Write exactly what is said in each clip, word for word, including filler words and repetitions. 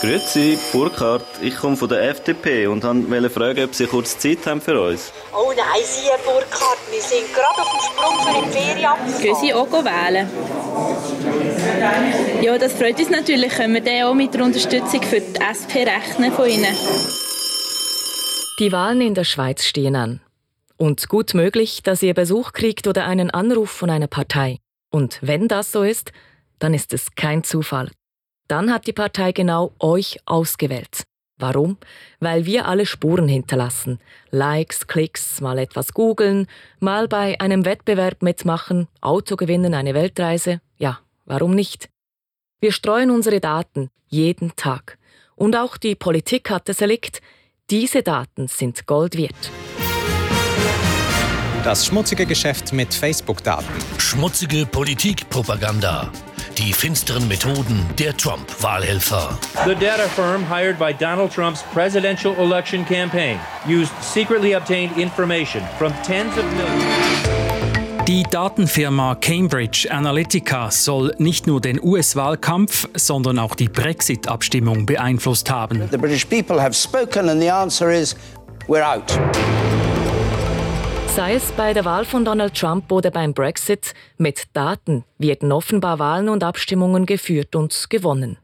Grüezi, Burkhard. Ich komme von der F D P und wollte fragen, ob Sie kurz Zeit haben für uns. Oh nein, Sie, Herr Burkhard, wir sind gerade auf dem Sprung für die Ferien abgefahren. Gehen Sie auch wählen? Ja, das freut uns natürlich. Können wir dann auch mit der Unterstützung für die S P rechnen von Ihnen? Die Wahlen in der Schweiz stehen an. Und gut möglich, dass ihr Besuch kriegt oder einen Anruf von einer Partei. Und wenn das so ist, dann ist es kein Zufall. Dann hat die Partei genau euch ausgewählt. Warum? Weil wir alle Spuren hinterlassen. Likes, Klicks, mal etwas googeln, mal bei einem Wettbewerb mitmachen, Auto gewinnen, eine Weltreise. Ja, warum nicht? Wir streuen unsere Daten jeden Tag. Und auch die Politik hat es erlickt. Diese Daten sind Gold wert. Das schmutzige Geschäft mit Facebook-Daten. Schmutzige Politikpropaganda. Die finsteren Methoden der Trump-Wahlhelfer. The data firm hired by Donald Trump's presidential election campaign used secretly obtained information from tens of millions. Die Datenfirma Cambridge Analytica soll nicht nur den U S-Wahlkampf, sondern auch die Brexit-Abstimmung beeinflusst haben. The British people have spoken and the answer is we're out. Sei es bei der Wahl von Donald Trump oder beim Brexit, mit Daten werden offenbar Wahlen und Abstimmungen geführt und gewonnen.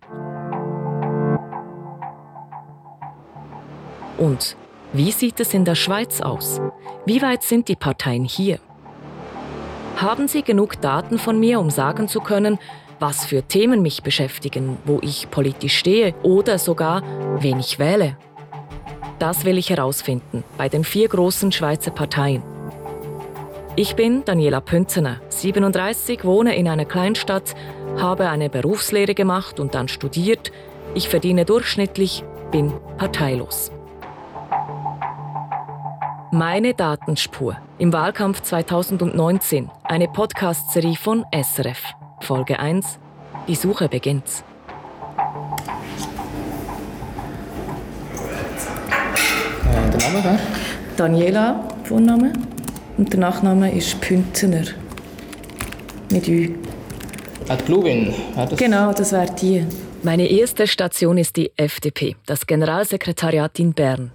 Und wie sieht es in der Schweiz aus? Wie weit sind die Parteien hier? Haben Sie genug Daten von mir, um sagen zu können, was für Themen mich beschäftigen, wo ich politisch stehe oder sogar, wen ich wähle? Das will ich herausfinden bei den vier großen Schweizer Parteien. Ich bin Daniela Pünzener, siebenunddreißig, wohne in einer Kleinstadt, habe eine Berufslehre gemacht und dann studiert. Ich verdiene durchschnittlich, bin parteilos. Meine Datenspur im Wahlkampf zweitausendneunzehn, eine Podcast-Serie von S R F. Folge eins, die Suche beginnt. Äh, der Name wäre? Daniela, Vorname. Und der Nachname ist Pünzener. Mit Ü. Ah, die Glubin, das? Genau, das wäre die. Meine erste Station ist die F D P, das Generalsekretariat in Bern.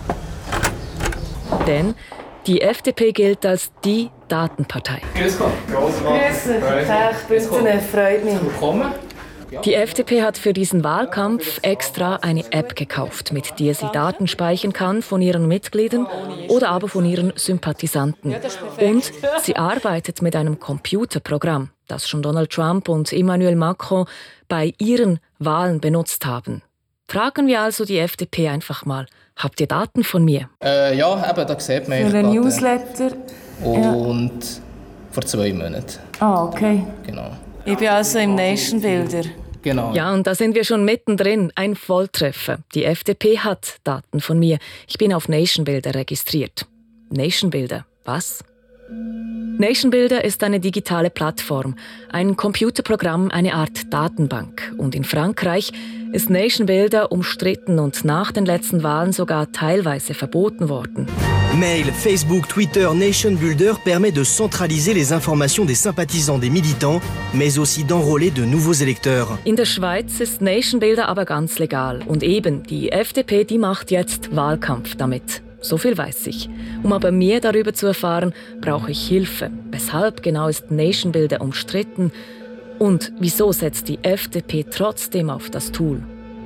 Denn die F D P gilt als die Datenpartei. Grüß Gott. Grüß dich, Pünzener, freut mich. Willkommen. Die F D P hat für diesen Wahlkampf extra eine App gekauft, mit der sie Daten speichern kann von ihren Mitgliedern oder aber von ihren Sympathisanten. Und sie arbeitet mit einem Computerprogramm, das schon Donald Trump und Emmanuel Macron bei ihren Wahlen benutzt haben. Fragen wir also die F D P einfach mal, habt ihr Daten von mir? Äh, ja, eben, da sieht man für einen Newsletter. Und ja. Vor zwei Monaten. Ah, okay. Genau. Ich bin also im Nation Builder. Genau. Ja, und da sind wir schon mittendrin. Ein Volltreffer. Die F D P hat Daten von mir. Ich bin auf Nation Builder registriert. Nation Builder, was? Nation Builder ist eine digitale Plattform, ein Computerprogramm, eine Art Datenbank. Und in Frankreich ist Nation Builder umstritten und nach den letzten Wahlen sogar teilweise verboten worden. Mail, Facebook, Twitter, Nation Builder permet de centraliser les informations des sympathisants des militants, mais aussi d'enrôler de nouveaux électeurs. In der Schweiz ist Nation Builder aber ganz legal. Und eben, die F D P, die macht jetzt Wahlkampf damit. So viel weiß ich. Um aber mehr darüber zu erfahren, brauche ich Hilfe. Weshalb genau ist Nation Builder umstritten? Und wieso setzt die F D P trotzdem auf das Tool?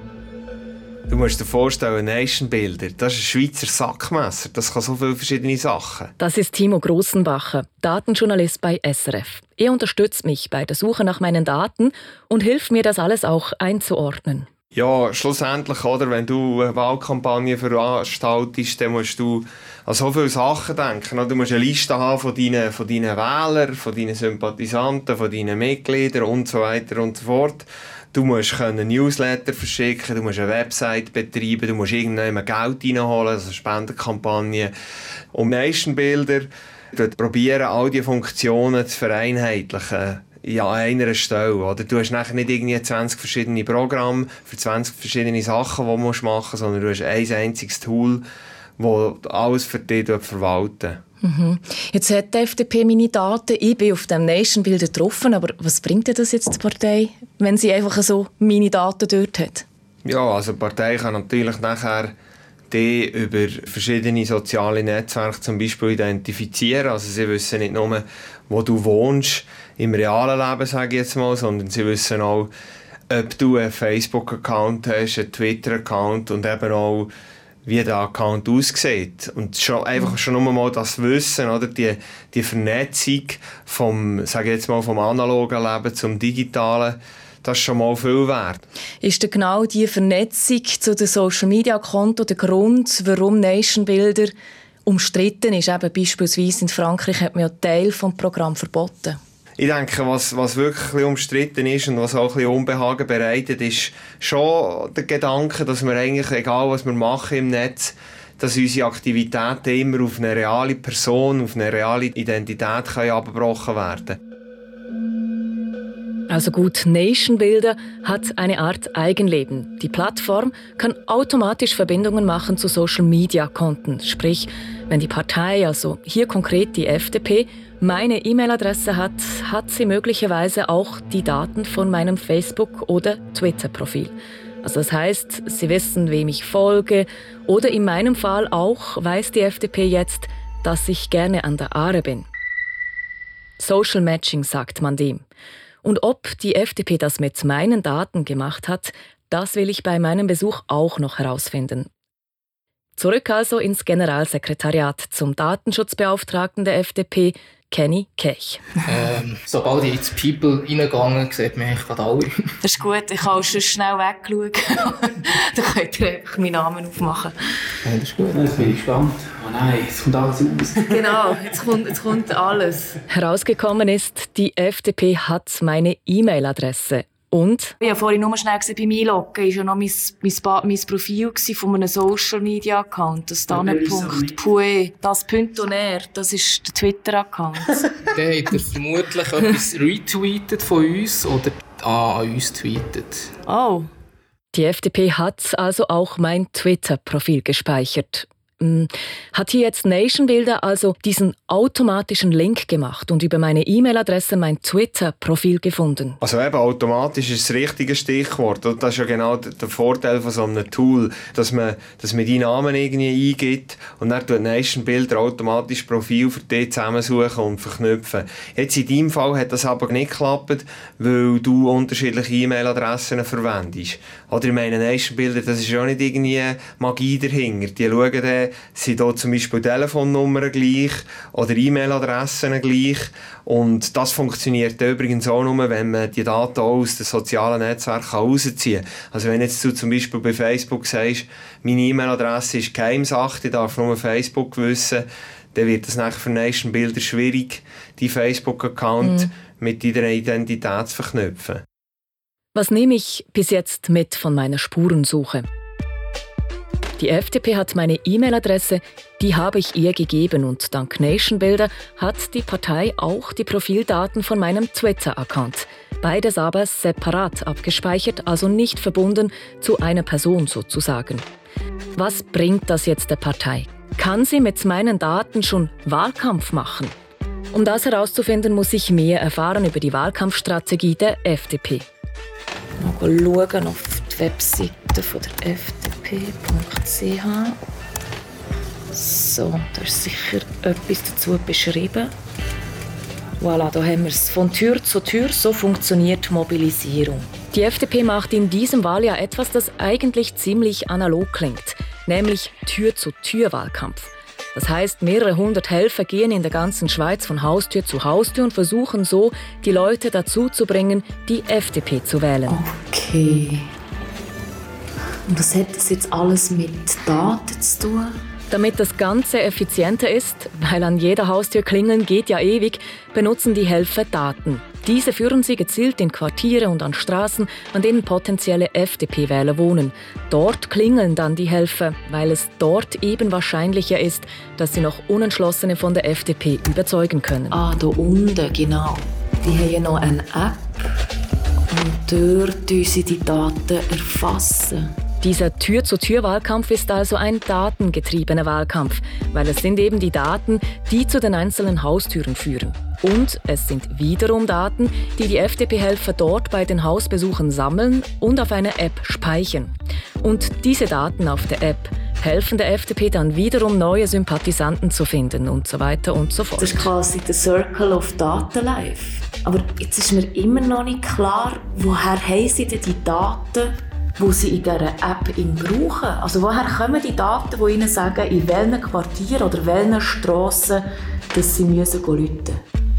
Du musst dir vorstellen, Nation Builder, das ist ein Schweizer Sackmesser. Das kann so viele verschiedene Sachen. Das ist Timo Grossenbacher, Datenjournalist bei S R F. Er unterstützt mich bei der Suche nach meinen Daten und hilft mir, das alles auch einzuordnen. Ja, schlussendlich, oder, wenn du eine Wahlkampagne veranstaltest, dann musst du an so viele Sachen denken. Du musst eine Liste haben von deinen, von deinen Wählern, von deinen Sympathisanten, von deinen Mitgliedern und so weiter und so fort. Du musst können Newsletter verschicken, du musst eine Website betreiben, du musst irgendjemand Geld reinholen, also Spendenkampagne. Und Nation Builder probieren, all diese Funktionen zu vereinheitlichen. Ja, an einer Stelle. Oder? Du hast nachher nicht irgendwie zwanzig verschiedene Programme für zwanzig verschiedene Sachen, die du machen musst, sondern du hast ein einziges Tool, das alles für dich verwaltet. Mhm. Jetzt hat die F D P meine Daten, ich bin auf dem Nation Builder getroffen, aber was bringt das jetzt die Partei, wenn sie einfach so meine Daten dort hat? Ja, also die Partei kann natürlich nachher die über verschiedene soziale Netzwerke zum Beispiel identifizieren. Also sie wissen nicht nur, wo du wohnst, im realen Leben, sage ich jetzt mal, sondern sie wissen auch, ob du einen Facebook-Account hast, einen Twitter-Account und eben auch, wie der Account aussieht. Und schon, einfach schon nur mal das Wissen, oder? Die, die Vernetzung vom, sage ich jetzt mal, vom analogen Leben zum digitalen, das ist schon mal viel wert. Ist denn genau die Vernetzung zu den Social-Media-Konten der Grund, warum Nation Builder umstritten ist? Eben beispielsweise in Frankreich hat man ja Teil des Programms verboten. Ich denke, was, was wirklich umstritten ist und was auch ein bisschen Unbehagen bereitet, ist schon der Gedanke, dass wir eigentlich, egal was wir machen im Netz, dass unsere Aktivitäten immer auf eine reale Person, auf eine reale Identität können abgebrochen werden können. Also gut, Nation Builder hat eine Art Eigenleben. Die Plattform kann automatisch Verbindungen machen zu Social-Media-Konten. Sprich, wenn die Partei, also hier konkret die F D P, meine E-Mail-Adresse hat, hat sie möglicherweise auch die Daten von meinem Facebook- oder Twitter-Profil. Also das heißt, sie wissen, wem ich folge, oder in meinem Fall auch weiß die F D P jetzt, dass ich gerne an der Aare bin. Social Matching sagt man dem. Und ob die F D P das mit meinen Daten gemacht hat, das will ich bei meinem Besuch auch noch herausfinden. Zurück also ins Generalsekretariat zum Datenschutzbeauftragten der F D P, Kenny Kech. Ähm, sobald ich ins People reingegangen sieht man eigentlich gerade alle. Das ist gut, ich kann schon schnell wegschauen. Dann könnt ihr einfach meinen Namen aufmachen. Ja, das ist gut. Jetzt bin ich gespannt. Oh nein, jetzt kommt alles raus. Genau, jetzt kommt, jetzt kommt alles. Herausgekommen ist, die F D P hat meine E-Mail-Adresse. Und? Ich war vorhin nur schnell beim Einloggen. Das war ja noch mein, mein, mein Profil von einem Social-Media-Account. Das Dane.pue, das Püntoner, das ist der Twitter-Account. Dann hat er vermutlich etwas retweetet von uns oder an uns tweetet. Oh. Die F D P hat also auch mein Twitter-Profil gespeichert. Hat hier jetzt Nation Builder also diesen automatischen Link gemacht und über meine E-Mail-Adresse mein Twitter-Profil gefunden? Also eben, automatisch ist das richtige Stichwort. Und das ist ja genau der Vorteil von so einem Tool, dass man, dass man deinen Namen irgendwie eingibt und dann tut Nation Builder automatisch Profil für dich zusammensuchen und verknüpfen. Jetzt in deinem Fall hat das aber nicht geklappt, weil du unterschiedliche E-Mail-Adressen verwendest. Oder ich meine, Nation Builder, das ist ja nicht irgendwie Magie dahinter. Die schauen dann, sind hier zum Beispiel Telefonnummern gleich oder E-Mail-Adressen gleich. Und das funktioniert übrigens auch nur, wenn man die Daten auch aus den sozialen Netzwerken herausziehen kann. Also wenn jetzt du zum Beispiel bei Facebook sagst, meine E-Mail-Adresse ist Geheimsache, ich darf nur Facebook wissen, dann wird es nachher für Nation Builder schwierig, die Facebook-Account mhm. mit deiner Identität zu verknüpfen. Was nehme ich bis jetzt mit von meiner Spurensuche? Die F D P hat meine E-Mail-Adresse, die habe ich ihr gegeben und dank Nation Builder hat die Partei auch die Profildaten von meinem Twitter-Account. Beides aber separat abgespeichert, also nicht verbunden zu einer Person sozusagen. Was bringt das jetzt der Partei? Kann sie mit meinen Daten schon Wahlkampf machen? Um das herauszufinden, muss ich mehr erfahren über die Wahlkampfstrategie der F D P. Mal schauen auf die Webseite von der F D P punkt c h. So, da ist sicher etwas dazu beschrieben. Voilà, da haben wir es. Von Tür zu Tür, so funktioniert Mobilisierung. Die F D P macht in diesem Wahljahr etwas, das eigentlich ziemlich analog klingt, nämlich Tür-zu-Tür-Wahlkampf. Das heißt, mehrere hundert Helfer gehen in der ganzen Schweiz von Haustür zu Haustür und versuchen so, die Leute dazu zu bringen, die F D P zu wählen. Okay. Und was hat das jetzt alles mit Daten zu tun? Damit das Ganze effizienter ist, weil an jeder Haustür klingeln geht ja ewig, benutzen die Helfer Daten. Diese führen sie gezielt in Quartiere und an Straßen, an denen potenzielle F D P-Wähler wohnen. Dort klingeln dann die Helfer, weil es dort eben wahrscheinlicher ist, dass sie noch Unentschlossene von der F D P überzeugen können. Ah, da unten, genau. Die haben ja noch eine App und dort erfassen sie die Daten erfassen. Dieser Tür-zu-Tür-Wahlkampf ist also ein datengetriebener Wahlkampf, weil es sind eben die Daten, die zu den einzelnen Haustüren führen. Und es sind wiederum Daten, die die F D P-Helfer dort bei den Hausbesuchen sammeln und auf einer App speichern. Und diese Daten auf der App helfen der F D P dann wiederum, neue Sympathisanten zu finden und so weiter und so fort. Das ist quasi der Circle of Data Life. Aber jetzt ist mir immer noch nicht klar, woher haben sie denn die Daten, die sie in dieser App brauchen? Also woher kommen die Daten, die ihnen sagen, in welchen Quartieren oder welchen Strassen dass sie müssen rufen müssen?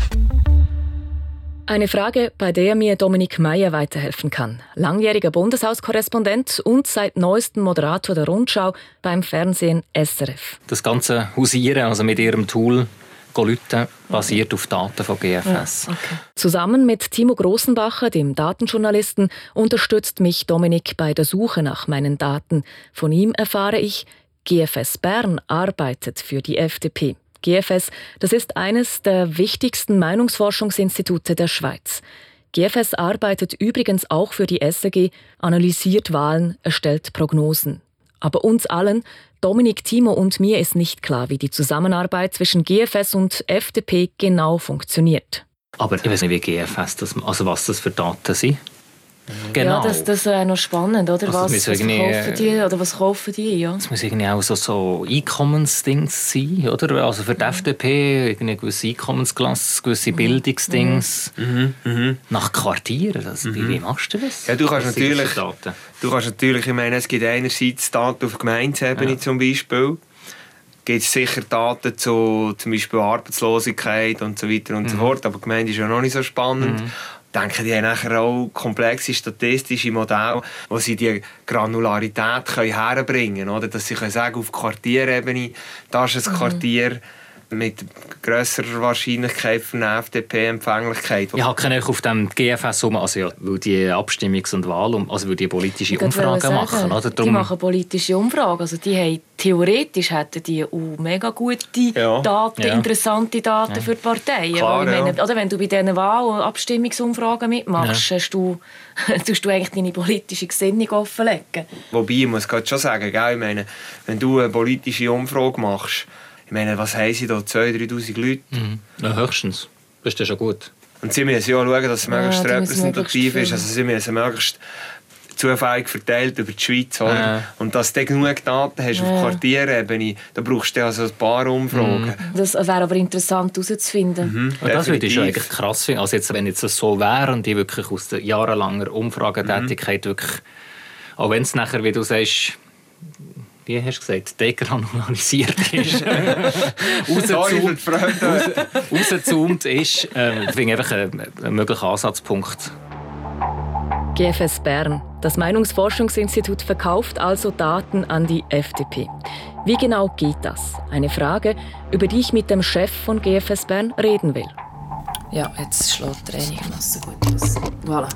Eine Frage, bei der mir Dominik Meyer weiterhelfen kann. Langjähriger Bundeshauskorrespondent und seit neuestem Moderator der Rundschau beim Fernsehen S R F. Das ganze Hausieren, also mit ihrem Tool Golüten, basiert auf Daten von G F S. Ja, okay. Zusammen mit Timo Grossenbacher, dem Datenjournalisten, unterstützt mich Dominik bei der Suche nach meinen Daten. Von ihm erfahre ich, G F S Bern arbeitet für die F D P. G F S, das ist eines der wichtigsten Meinungsforschungsinstitute der Schweiz. G F S arbeitet übrigens auch für die S R G, analysiert Wahlen, erstellt Prognosen. Aber uns allen, Dominik, Timo und mir, ist nicht klar, wie die Zusammenarbeit zwischen G F S und F D P genau funktioniert. Aber ich weiß nicht, wie G F S das, also was das für Daten sind. Genau. Ja, das, das wäre noch spannend, oder? Also was, was kaufen die, oder was kaufen die, ja? Das muss irgendwie auch so, so Einkommensdings sein, oder? Also für die F D P eine gewisse Einkommensklasse, gewisse mhm. Bildungsdings. Mhm. Mhm. Nach Quartieren, also, mhm. wie machst du das? Ja, du kannst natürlich, du kannst natürlich, ich meine, es gibt einerseits Daten auf Gemeindeebene ja. zum Beispiel. Es gibt sicher Daten zu zum Beispiel Arbeitslosigkeit und so weiter und mhm. so fort, aber die Gemeinde ist ja noch nicht so spannend. Mhm. Ich denke, die haben nachher auch komplexe statistische Modelle, wo sie die Granularität herbringen können. Dass sie sagen, auf Quartierebene, da ist ein mhm. Quartier mit grösserer Wahrscheinlichkeit für eine F D P-Empfänglichkeit. Ich habe keine auf dem G F S um, also ja, weil die Abstimmungs- und Wahl, also weil die politische Umfragen machen. Oder? Die machen politische Umfragen. Also die haben, theoretisch hätten die uh, mega gute ja. Daten, ja. interessante Daten ja. für die Parteien. Klar, Weil, meine, ja. oder wenn du bei diesen Wahl- und Abstimmungsumfragen mitmachst, ja. hast du, tust du eigentlich deine politische Gesinnung offenlegen. Wobei, ich muss gerade schon sagen, gell, ich meine, wenn du eine politische Umfrage machst, ich meine, was haben sie da? zweitausend, dreitausend Leute? Mhm. Ja, höchstens. Das ist ja schon gut. Und sie müssen ja schauen, dass es möglichst ja, repräsentativ ist. Also sie müssen möglichst zufällig verteilt über die Schweiz. Oder? Ja. Und dass du genug Daten hast ja. auf Quartierebene, da brauchst du also ein paar Umfragen. Mhm. Das wäre aber interessant herauszufinden. Mhm. Ja, das würde ich schon eigentlich krass finden. Also jetzt, wenn jetzt das so wäre und die wirklich aus der jahrelanger Umfragetätigkeit mhm. wirklich, auch wenn es nachher, wie du sagst, wie hast du gesagt, degranulisiert ist, rausgezoomt ist, äh, finde ich einfach ein, ein möglicher Ansatzpunkt. G F S Bern. Das Meinungsforschungsinstitut verkauft also Daten an die F D P. Wie genau geht das? Eine Frage, über die ich mit dem Chef von G F S Bern reden will. Ja, jetzt schlägt er einigermaßen gut aus. Voilà.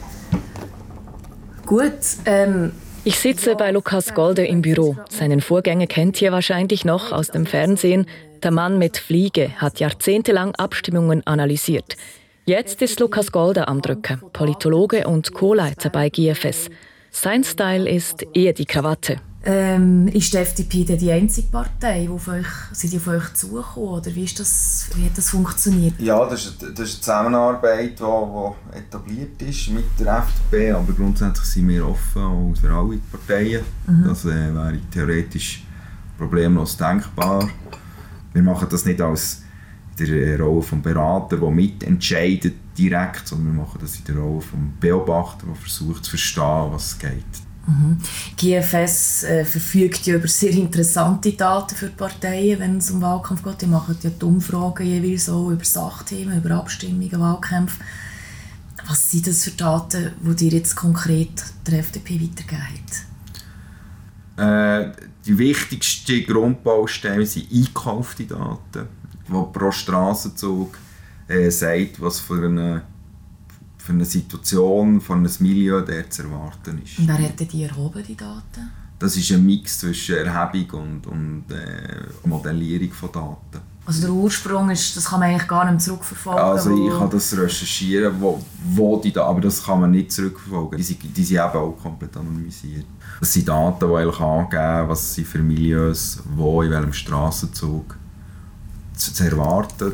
Gut, ähm... Ich sitze bei Lukas Golde im Büro. Seinen Vorgänger kennt ihr wahrscheinlich noch aus dem Fernsehen. Der Mann mit Fliege hat jahrzehntelang Abstimmungen analysiert. Jetzt ist Lukas Golde am Drücker, Politologe und Co-Leiter bei G F S. Sein Style ist eher die Krawatte. Ähm, ist die F D P die einzige Partei, die auf euch, sind die auf euch zugekommen? Oder wie, ist das, wie hat das funktioniert? Ja, das ist, das ist eine Zusammenarbeit, die etabliert ist mit der F D P. Aber grundsätzlich sind wir offen auch für alle Parteien. Mhm. Das äh, wäre theoretisch problemlos denkbar. Wir machen das nicht als in der Rolle des Beraters, der mitentscheidet direkt, sondern wir machen das in der Rolle des Beobachters, der versucht zu verstehen, was geht. Mhm. G F S äh, verfügt ja über sehr interessante Daten für die Parteien, wenn es um Wahlkampf geht. Die machen ja die Umfragen jeweils auch über Sachthemen, über Abstimmungen, Wahlkämpfe. Was sind das für Daten, die ihr jetzt konkret der F D P weitergeben habt? Äh, die wichtigsten Grundbausteine sind eingekaufte Daten, die pro Strassenzug äh, sagt, was für eine für eine Situation, von einem Milieu, der zu erwarten ist. Und wer hat die erhoben, die Daten? Das ist ein Mix zwischen Erhebung und, und äh, Modellierung von Daten. Also der Ursprung ist, das kann man eigentlich gar nicht zurückverfolgen? Also ich kann das recherchieren, wo, wo die Daten, aber das kann man nicht zurückverfolgen. Die sind, die sind eben auch komplett anonymisiert. Das sind Daten, die eigentlich angeben, was sie für Milieus, wo in welchem Strassenzug zu, zu erwarten.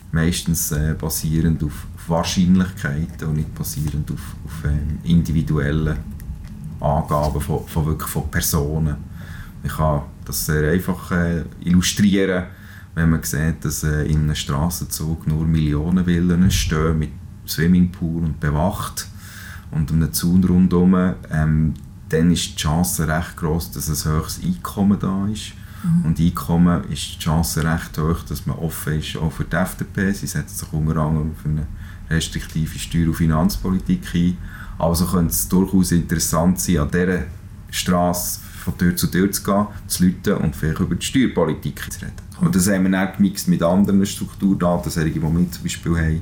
meistens äh, basierend auf, auf Wahrscheinlichkeiten und nicht basierend auf, auf ähm, individuellen Angaben von, von, wirklich von Personen. Ich kann das sehr einfach äh, illustrieren, wenn man sieht, dass äh, in einem Strassenzug nur Millionen Villen stehen mit Swimmingpool und bewacht und um einen Zaun rundherum, ähm, dann ist die Chance recht gross, dass ein höheres Einkommen da ist. Mhm. Und Einkommen ist die Chance recht hoch, dass man offen ist, auch für die F D P. Sie setzt sich unter anderem für eine restriktive Steuer- und Finanzpolitik ein. Aber so könnte es durchaus interessant sein, an dieser Strasse von Tür zu Tür zu gehen, zu läuten und vielleicht über die Steuerpolitik zu reden. Und das haben wir dann gemixt mit anderen Strukturdaten, solche, die wir zum Beispiel haben.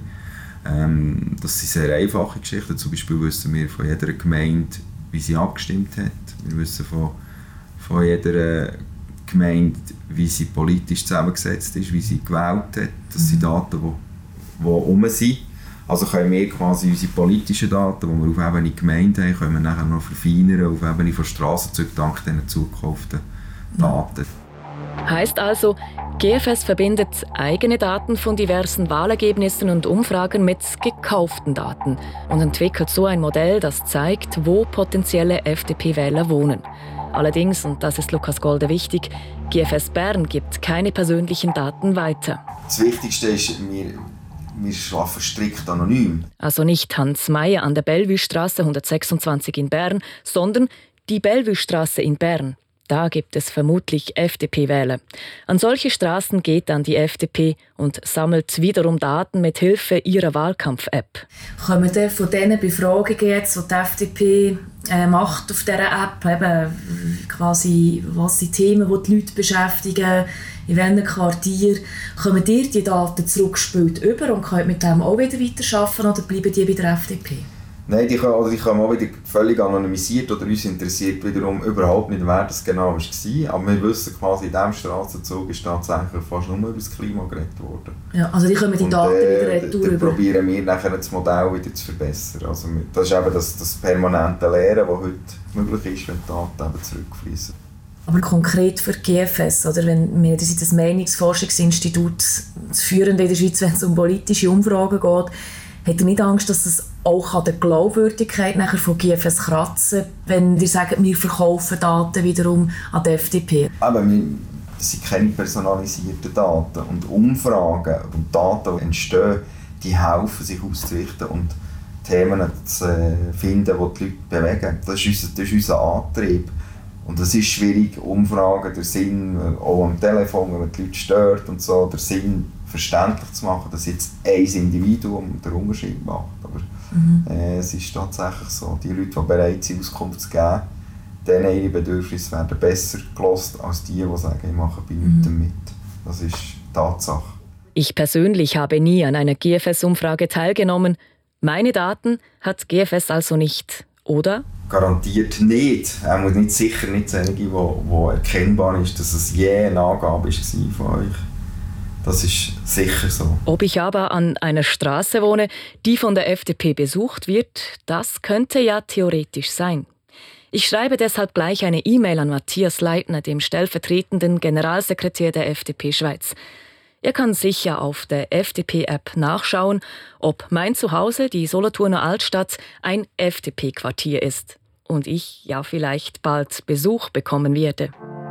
Ähm, das sind sehr einfache Geschichten. Zum Beispiel wissen wir von jeder Gemeinde, wie sie abgestimmt hat. Wir wissen von, von jeder Gemeinde, wie sie politisch zusammengesetzt ist, wie sie gewählt hat. Das mhm. sind Daten, die, die rum sind. Also können wir quasi unsere politischen Daten, die wir auf Ebene Gemeinde haben, können wir nachher noch verfeinern auf Ebene von Strassenzügen dank diesen zugekauften Daten. Heißt also, G F S verbindet eigene Daten von diversen Wahlergebnissen und Umfragen mit gekauften Daten und entwickelt so ein Modell, das zeigt, wo potenzielle F D P-Wähler wohnen. Allerdings, und das ist Lukas Golde wichtig, G F S Bern gibt keine persönlichen Daten weiter. Das Wichtigste ist, wir, wir arbeiten strikt anonym. Also nicht Hans Meyer an der Bellevue-Straße hundertsechsundzwanzig in Bern, sondern die Bellevue-Straße in Bern. Da gibt es vermutlich F D P-Wähler. An solche Straßen geht dann die F D P und sammelt wiederum Daten mit Hilfe ihrer Wahlkampf-App. Kommen denn von diesen Befragungen jetzt, die die F D P äh, macht auf dieser App, eben quasi, was sind Themen, die die Leute beschäftigen, in welchem Quartier, kommen dir die Daten zurückgespielt über und könnt mit dem auch wieder weiterarbeiten oder bleiben die bei der F D P? Nein, die, oder die kommen auch wieder völlig anonymisiert oder uns interessiert wiederum überhaupt nicht, wer das genau war. Aber wir wissen quasi, in diesem Strassenzug ist tatsächlich fast nur über das Klima geredet worden. Ja, also die können die Daten und, äh, wieder retour über. Dann probieren wir nachher das Modell wieder zu verbessern. Also das ist eben das, das permanente Lehren, das heute möglich ist, wenn die Daten eben zurückfließen. Aber konkret für G F S, oder wenn wir das, das Meinungsforschungsinstitut das führende in der Schweiz, wenn es um politische Umfragen geht, hat ihr nicht Angst, dass das auch an der Glaubwürdigkeit nachher von G F S kratzen, wenn die sagen, wir verkaufen Daten wiederum an die F D P? Aber wir, das sind keine personalisierten Daten. Und Umfragen und Daten, die entstehen, die helfen, sich auszurichten und Themen zu finden, die die Leute bewegen. Das ist unser, das ist unser Antrieb. Und es ist schwierig, Umfragen, den Sinn, auch am Telefon, wenn man die Leute stört und so, den Sinn verständlich zu machen, dass jetzt ein Individuum den Unterschied macht. Aber mhm. äh, es ist tatsächlich so, die Leute, die bereit sind, Auskunft zu geben, denen ihre Bedürfnisse werden besser gelost als die, die sagen, ich mache bei nichts mhm. mit. Das ist Tatsache. Ich persönlich habe nie an einer G F S-Umfrage teilgenommen. Meine Daten hat G F S also nicht, oder? Garantiert nicht. Er muss nicht sicher nicht sagen, wo, wo erkennbar ist, dass es je eine Angabe war von euch. Das ist sicher so. Ob ich aber an einer Straße wohne, die von der F D P besucht wird, das könnte ja theoretisch sein. Ich schreibe deshalb gleich eine E-Mail an Matthias Leitner, dem stellvertretenden Generalsekretär der F D P Schweiz. Er kann sicher auf der F D P-App nachschauen, ob mein Zuhause, die Solothurner Altstadt, ein F D P-Quartier ist. Und ich ja vielleicht bald Besuch bekommen werde.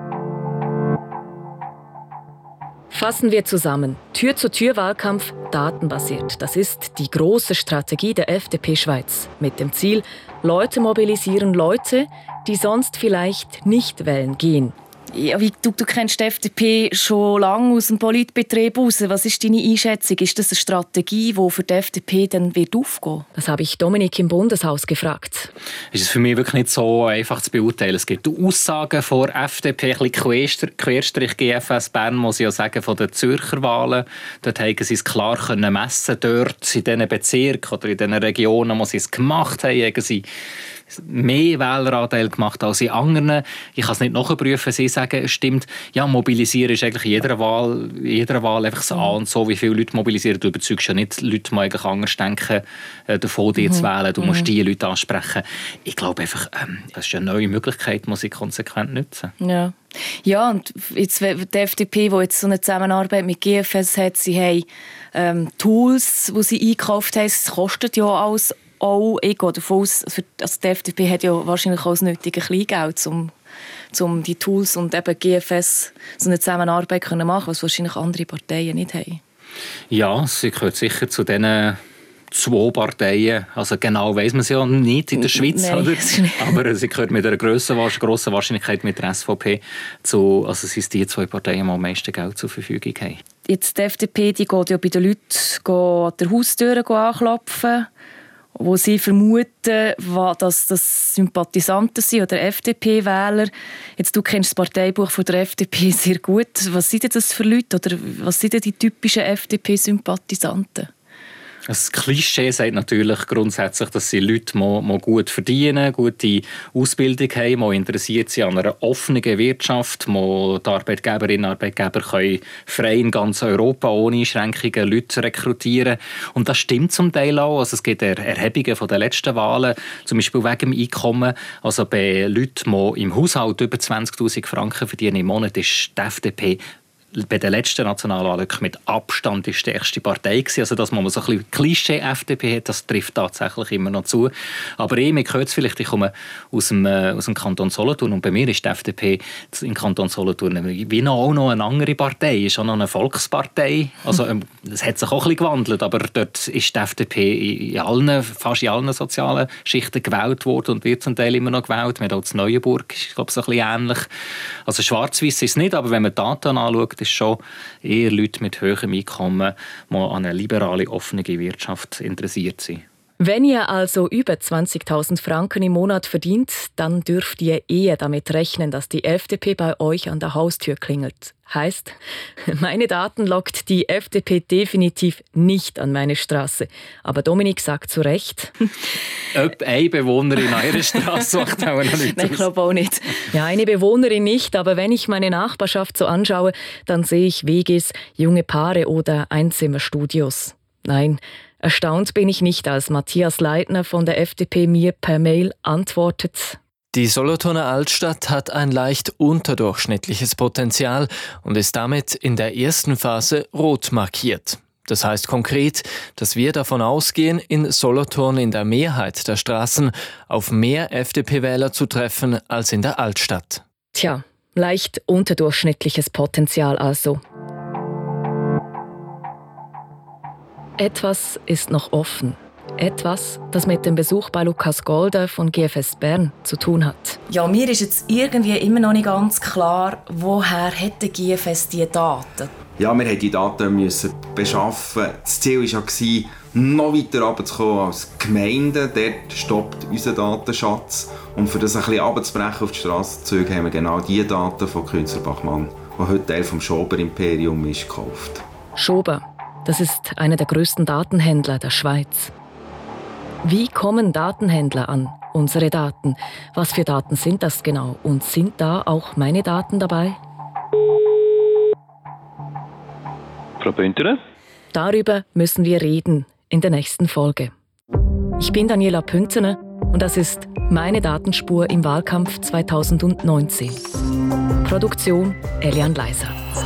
Fassen wir zusammen. Tür-zu-Tür-Wahlkampf datenbasiert. Das ist die große Strategie der F D P Schweiz. Mit dem Ziel, Leute mobilisieren, Leute, die sonst vielleicht nicht wählen gehen. Ja, wie, du, du kennst die F D P schon lange aus dem Politbetrieb raus. Was ist deine Einschätzung? Ist das eine Strategie, die für die F D P dann wird aufgehen? Das habe ich Dominik im Bundeshaus gefragt. Es ist für mich wirklich nicht so einfach zu beurteilen. Es gibt Aussagen von F D P, ein bisschen Querstrich G F S Bern, muss ich ja sagen, von den Zürcher Wahlen. Dort haben sie es klar können messen. Dort in diesen Bezirken oder in diesen Regionen, wo sie es gemacht haben, haben sie mehr Wähleranteil gemacht als in anderen. Ich kann es nicht nachprüfen, sie sagen, es stimmt. Ja, mobilisieren ist eigentlich in jeder Wahl, in jeder Wahl einfach so an und so, wie viele Leute mobilisieren. Du überzeugst ja nicht Leute, die eigentlich anders denken, davon, die mhm. zu wählen. Du musst mhm. die Leute ansprechen. Ich glaube einfach, ähm, das ist eine neue Möglichkeit, muss ich konsequent nutzen. Ja. Ja, und jetzt, die F D P, die jetzt so eine Zusammenarbeit mit G F S hat, sie haben ähm, Tools, die sie eingekauft haben, das kostet ja alles auch, ich gehe davon aus, also die F D P hat ja wahrscheinlich auch das nötige Kleingeld, um, um die Tools und eben G F S so eine Zusammenarbeit zu machen, was wahrscheinlich andere Parteien nicht haben. Ja, sie gehört sicher zu diesen zwei Parteien, also genau weiss man es ja nicht in der Schweiz, Nein, oder? Aber sie gehört mit einer grossen, grossen Wahrscheinlichkeit mit der S V P zu, also es sind die zwei Parteien, die am meisten Geld zur Verfügung haben. Jetzt die F D P, die geht ja bei den Leuten an der Haustür anklopfen, wo sie vermuten, dass das Sympathisanten sind oder F D P-Wähler. Jetzt, du kennst das Parteibuch von der F D P sehr gut. Was sind denn das für Leute oder was sind denn die typischen F D P-Sympathisanten? Das Klischee sagt natürlich grundsätzlich, dass sie Leute die gut verdienen, gute Ausbildung haben, die interessiert sind an einer offenen Wirtschaft, wo die Arbeitgeberinnen und Arbeitgeber können frei in ganz Europa ohne Einschränkungen Leute rekrutieren. Und das stimmt zum Teil auch. Also es gibt Erhebungen von den letzten Wahlen, zum Beispiel wegen dem Einkommen. Also bei Leuten, die im Haushalt über zwanzigtausend Franken verdienen im Monat, ist die F D P bei den letzten Nationalwahlen mit Abstand die stärkste Partei gewesen. Also dass man so ein bisschen Klischee-F D P hat, das trifft tatsächlich immer noch zu. Aber ich, ich höre es vielleicht, ich komme aus dem, äh, aus dem Kanton Solothurn und bei mir ist die F D P im Kanton Solothurn wie noch, auch noch eine andere Partei, ist auch noch eine Volkspartei. Also ähm, das hat sich auch ein bisschen gewandelt, aber dort ist die F D P in allen, fast in allen sozialen Schichten gewählt worden und wird zum Teil immer noch gewählt. Wir haben auch in Neuenburg, ist glaube ich so ein bisschen ähnlich. Also schwarz-weiß ist es nicht, aber wenn man die Daten anschaut, ist schon eher Leute mit hohem Einkommen, die an einer liberalen, offenen Wirtschaft interessiert sind. Wenn ihr also über zwanzigtausend Franken im Monat verdient, dann dürft ihr eher damit rechnen, dass die F D P bei euch an der Haustür klingelt. Heißt, meine Daten lockt die F D P definitiv nicht an meine Straße. Aber Dominik sagt zu Recht. Ob eine Bewohnerin eurer Straße macht auch noch nicht. Nein, ich glaube auch nicht. Ja, eine Bewohnerin nicht, aber wenn ich meine Nachbarschaft so anschaue, dann sehe ich W Gs, junge Paare oder Einzimmerstudios. Nein, erstaunt bin ich nicht, als Matthias Leitner von der F D P mir per Mail antwortet. Die Solothurner Altstadt hat ein leicht unterdurchschnittliches Potenzial und ist damit in der ersten Phase rot markiert. Das heißt konkret, dass wir davon ausgehen, in Solothurn in der Mehrheit der Straßen auf mehr F D P-Wähler zu treffen als in der Altstadt. Tja, leicht unterdurchschnittliches Potenzial also. Etwas ist noch offen. Etwas, das mit dem Besuch bei Lukas Golder von G F S Bern zu tun hat. Ja, mir ist jetzt irgendwie immer noch nicht ganz klar, woher hat der G F S diese Daten? Ja, wir mussten die Daten müssen beschaffen. Das Ziel war ja, noch weiter runterzukommen als Gemeinden. Dort stoppt unser Datenschatz. Und für das ein bisschen runterzubrechen auf die Strassenzüge haben wir genau die Daten von Künstler Bachmann, die heute Teil des Schober-Imperium ist, gekauft. Schober, das ist einer der grössten Datenhändler der Schweiz. Wie kommen Datenhändler an unsere Daten? Was für Daten sind das genau? Und sind da auch meine Daten dabei? Frau Püntener? Darüber müssen wir reden in der nächsten Folge. Ich bin Daniela Püntener und das ist meine Datenspur im Wahlkampf zweitausendneunzehn. Produktion Elian Leiser.